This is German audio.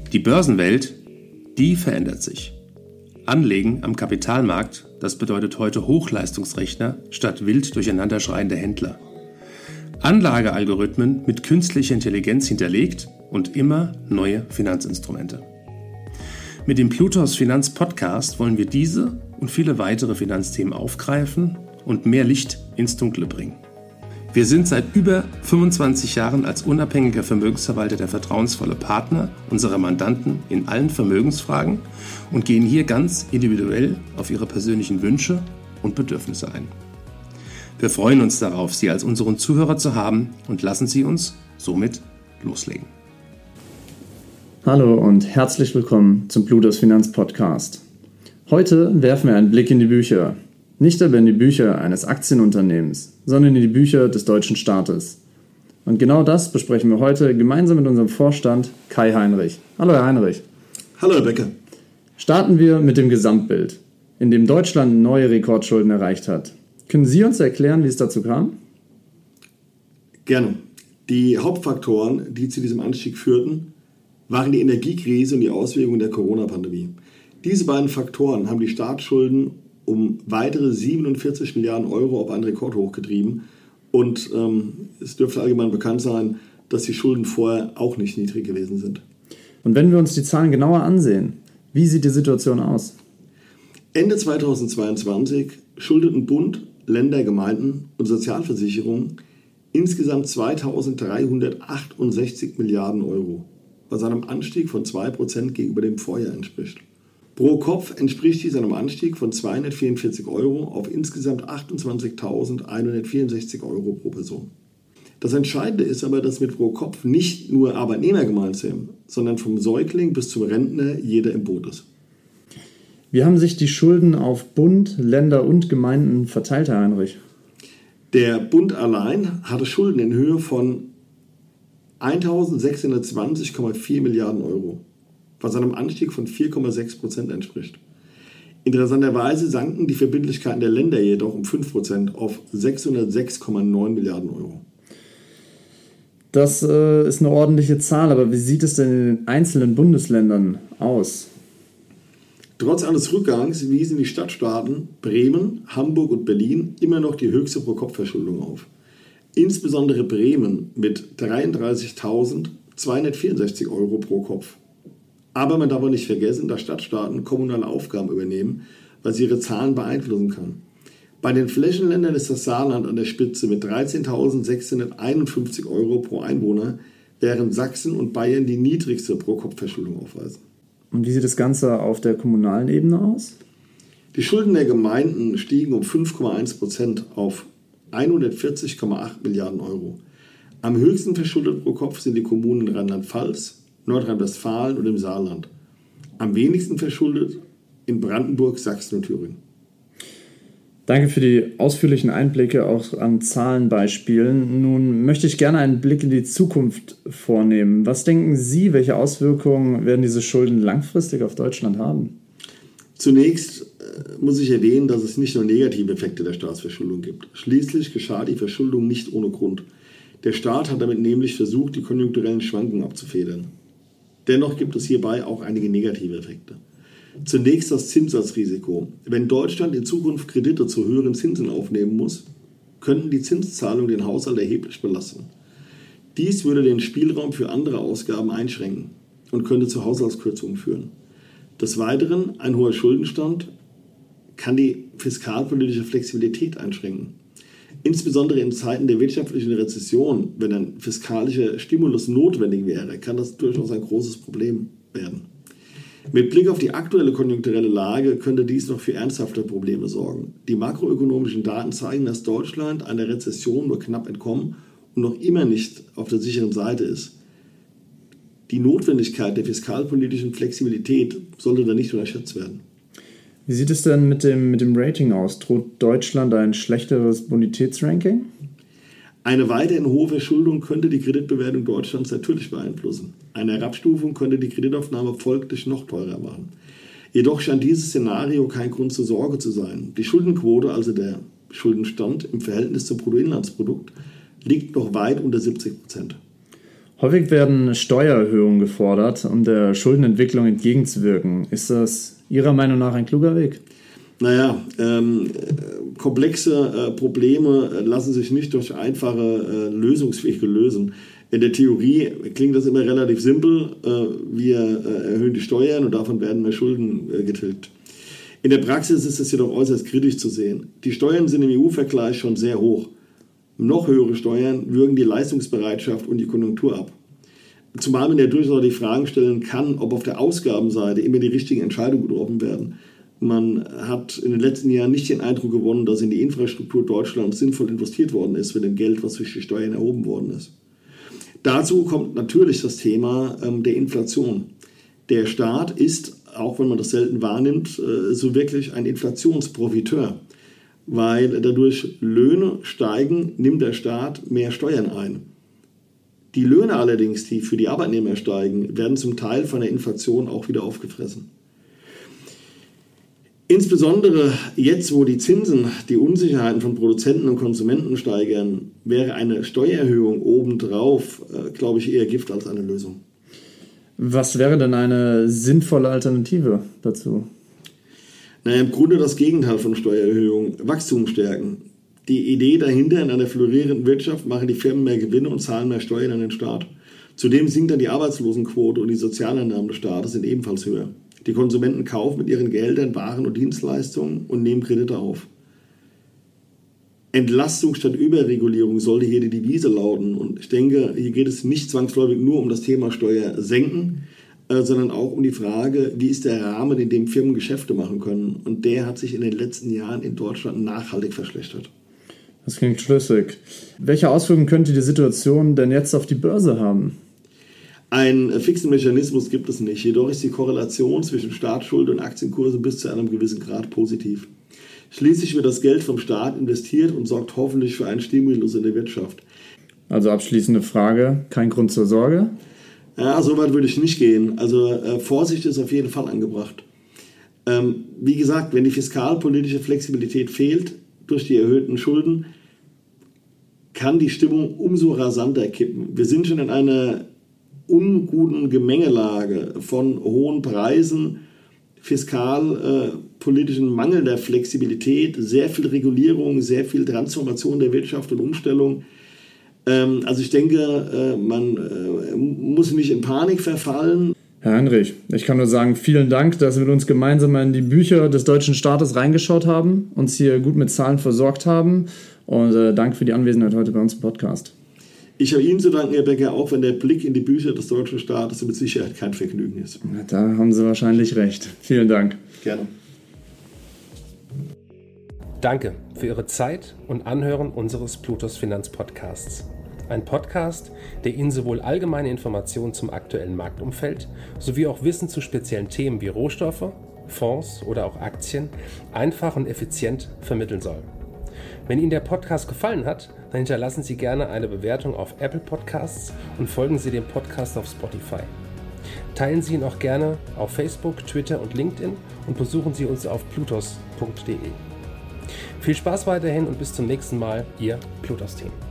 Die Börsenwelt, die verändert sich. Anlegen am Kapitalmarkt, das bedeutet heute Hochleistungsrechner statt wild durcheinanderschreiende Händler. Anlagealgorithmen mit künstlicher Intelligenz hinterlegt und immer neue Finanzinstrumente. Mit dem Plutos Finanz Podcast wollen wir diese und viele weitere Finanzthemen aufgreifen und mehr Licht ins Dunkle bringen. Wir sind seit über 25 Jahren als unabhängiger Vermögensverwalter der vertrauensvolle Partner unserer Mandanten in allen Vermögensfragen und gehen hier ganz individuell auf ihre persönlichen Wünsche und Bedürfnisse ein. Wir freuen uns darauf, Sie als unseren Zuhörer zu haben und lassen Sie uns somit loslegen. Hallo und herzlich willkommen zum Plutos Finanz Podcast. Heute werfen wir einen Blick in die Bücher. Nicht aber in die Bücher eines Aktienunternehmens, sondern in die Bücher des deutschen Staates. Und genau das besprechen wir heute gemeinsam mit unserem Vorstand Kai Heinrich. Hallo Herr Heinrich. Hallo Herr Becker. Starten wir mit dem Gesamtbild, in dem Deutschland neue Rekordschulden erreicht hat. Können Sie uns erklären, wie es dazu kam? Gerne. Die Hauptfaktoren, die zu diesem Anstieg führten, waren die Energiekrise und die Auswirkungen der Corona-Pandemie. Diese beiden Faktoren haben die Staatsschulden um weitere 47 Milliarden Euro auf einen Rekord hochgetrieben. Und es dürfte allgemein bekannt sein, dass die Schulden vorher auch nicht niedrig gewesen sind. Und wenn wir uns die Zahlen genauer ansehen, wie sieht die Situation aus? Ende 2022 schuldeten Bund, Länder, Gemeinden und Sozialversicherungen insgesamt 2.368 Milliarden Euro, was einem Anstieg von 2% gegenüber dem Vorjahr entspricht. Pro Kopf entspricht dies einem Anstieg von 244 Euro auf insgesamt 28.164 Euro pro Person. Das Entscheidende ist aber, dass mit pro Kopf nicht nur Arbeitnehmer gemeint sind, sondern vom Säugling bis zum Rentner jeder im Boot ist. Wie haben sich die Schulden auf Bund, Länder und Gemeinden verteilt, Herr Heinrich? Der Bund allein hatte Schulden in Höhe von 1.620,4 Milliarden Euro, was einem Anstieg von 4,6% entspricht. Interessanterweise sanken die Verbindlichkeiten der Länder jedoch um 5% auf 606,9 Milliarden Euro. Das ist eine ordentliche Zahl, aber wie sieht es denn in den einzelnen Bundesländern aus? Trotz eines Rückgangs wiesen die Stadtstaaten Bremen, Hamburg und Berlin immer noch die höchste Pro-Kopf-Verschuldung auf. Insbesondere Bremen mit 33.264 Euro pro Kopf. Aber man darf auch nicht vergessen, dass Stadtstaaten kommunale Aufgaben übernehmen, was ihre Zahlen beeinflussen kann. Bei den Flächenländern ist das Saarland an der Spitze mit 13.651 Euro pro Einwohner, während Sachsen und Bayern die niedrigste Pro-Kopf-Verschuldung aufweisen. Und wie sieht das Ganze auf der kommunalen Ebene aus? Die Schulden der Gemeinden stiegen um 5,1% auf 140,8 Milliarden Euro. Am höchsten verschuldet pro Kopf sind die Kommunen in Rheinland-Pfalz, Nordrhein-Westfalen und im Saarland. Am wenigsten verschuldet in Brandenburg, Sachsen und Thüringen. Danke für die ausführlichen Einblicke auch an Zahlenbeispielen. Nun möchte ich gerne einen Blick in die Zukunft vornehmen. Was denken Sie, welche Auswirkungen werden diese Schulden langfristig auf Deutschland haben? Zunächst muss ich erwähnen, dass es nicht nur negative Effekte der Staatsverschuldung gibt. Schließlich geschah die Verschuldung nicht ohne Grund. Der Staat hat damit nämlich versucht, die konjunkturellen Schwankungen abzufedern. Dennoch gibt es hierbei auch einige negative Effekte. Zunächst das Zinssatzrisiko. Wenn Deutschland in Zukunft Kredite zu höheren Zinsen aufnehmen muss, könnten die Zinszahlungen den Haushalt erheblich belasten. Dies würde den Spielraum für andere Ausgaben einschränken und könnte zu Haushaltskürzungen führen. Des Weiteren, ein hoher Schuldenstand kann die fiskalpolitische Flexibilität einschränken. Insbesondere in Zeiten der wirtschaftlichen Rezession, wenn ein fiskalischer Stimulus notwendig wäre, kann das durchaus ein großes Problem werden. Mit Blick auf die aktuelle konjunkturelle Lage könnte dies noch für ernsthafte Probleme sorgen. Die makroökonomischen Daten zeigen, dass Deutschland einer Rezession nur knapp entkommen und noch immer nicht auf der sicheren Seite ist. Die Notwendigkeit der fiskalpolitischen Flexibilität sollte da nicht unterschätzt werden. Wie sieht es denn mit dem Rating aus? Droht Deutschland ein schlechteres Bonitätsranking? Eine weiterhin hohe Verschuldung könnte die Kreditbewertung Deutschlands natürlich beeinflussen. Eine Herabstufung könnte die Kreditaufnahme folglich noch teurer machen. Jedoch scheint dieses Szenario kein Grund zur Sorge zu sein. Die Schuldenquote, also der Schuldenstand im Verhältnis zum Bruttoinlandsprodukt, liegt noch weit unter 70%. Häufig werden Steuererhöhungen gefordert, um der Schuldenentwicklung entgegenzuwirken. Ist das Ihrer Meinung nach ein kluger Weg? Naja, komplexe Probleme lassen sich nicht durch einfache Lösungswege lösen. In der Theorie klingt das immer relativ simpel. Wir erhöhen die Steuern und davon werden mehr Schulden getilgt. In der Praxis ist es jedoch äußerst kritisch zu sehen. Die Steuern sind im EU-Vergleich schon sehr hoch. Noch höhere Steuern würgen die Leistungsbereitschaft und die Konjunktur ab. Zumal man ja durchaus die Fragen stellen kann, ob auf der Ausgabenseite immer die richtigen Entscheidungen getroffen werden. Man hat in den letzten Jahren nicht den Eindruck gewonnen, dass in die Infrastruktur Deutschlands sinnvoll investiert worden ist mit dem Geld, was durch die Steuern erhoben worden ist. Dazu kommt natürlich das Thema der Inflation. Der Staat ist, auch wenn man das selten wahrnimmt, so wirklich ein Inflationsprofiteur. Weil dadurch Löhne steigen, nimmt der Staat mehr Steuern ein. Die Löhne allerdings, die für die Arbeitnehmer steigen, werden zum Teil von der Inflation auch wieder aufgefressen. Insbesondere jetzt, wo die Zinsen die Unsicherheiten von Produzenten und Konsumenten steigern, wäre eine Steuererhöhung obendrauf, glaube ich, eher Gift als eine Lösung. Was wäre denn eine sinnvolle Alternative dazu? Naja, im Grunde das Gegenteil von Steuererhöhung, Wachstum stärken. Die Idee dahinter, in einer florierenden Wirtschaft machen die Firmen mehr Gewinne und zahlen mehr Steuern an den Staat. Zudem sinkt dann die Arbeitslosenquote und die Sozialeinnahmen des Staates sind ebenfalls höher. Die Konsumenten kaufen mit ihren Geldern Waren und Dienstleistungen und nehmen Kredite auf. Entlastung statt Überregulierung sollte hier die Devise lauten. Und ich denke, hier geht es nicht zwangsläufig nur um das Thema Steuer senken, sondern auch um die Frage, wie ist der Rahmen, in dem Firmen Geschäfte machen können. Und der hat sich in den letzten Jahren in Deutschland nachhaltig verschlechtert. Das klingt schlüssig. Welche Auswirkungen könnte die Situation denn jetzt auf die Börse haben? Einen fixen Mechanismus gibt es nicht. Jedoch ist die Korrelation zwischen Staatsschuld und Aktienkursen bis zu einem gewissen Grad positiv. Schließlich wird das Geld vom Staat investiert und sorgt hoffentlich für einen Stimulus in der Wirtschaft. Also abschließende Frage, kein Grund zur Sorge? Ja, so weit würde ich nicht gehen. Also Vorsicht ist auf jeden Fall angebracht. Wie gesagt, wenn die fiskalpolitische Flexibilität fehlt durch die erhöhten Schulden, kann die Stimmung umso rasanter kippen. Wir sind schon in einer unguten Gemengelage von hohen Preisen, fiskalpolitischen Mangel der Flexibilität, sehr viel Regulierung, sehr viel Transformation der Wirtschaft und Umstellung. Also ich denke, man muss nicht in Panik verfallen. Herr Heinrich, ich kann nur sagen, vielen Dank, dass wir mit uns gemeinsam in die Bücher des deutschen Staates reingeschaut haben, uns hier gut mit Zahlen versorgt haben und danke für die Anwesenheit heute bei uns im Podcast. Ich habe Ihnen zu danken, Herr Becker, auch wenn der Blick in die Bücher des deutschen Staates mit Sicherheit kein Vergnügen ist. Da haben Sie wahrscheinlich recht. Vielen Dank. Gerne. Danke für Ihre Zeit und Anhören unseres Plutos Finanz Podcasts. Ein Podcast, der Ihnen sowohl allgemeine Informationen zum aktuellen Marktumfeld sowie auch Wissen zu speziellen Themen wie Rohstoffe, Fonds oder auch Aktien einfach und effizient vermitteln soll. Wenn Ihnen der Podcast gefallen hat, dann hinterlassen Sie gerne eine Bewertung auf Apple Podcasts und folgen Sie dem Podcast auf Spotify. Teilen Sie ihn auch gerne auf Facebook, Twitter und LinkedIn und besuchen Sie uns auf plutos.de. Viel Spaß weiterhin und bis zum nächsten Mal, Ihr Plutos-Team.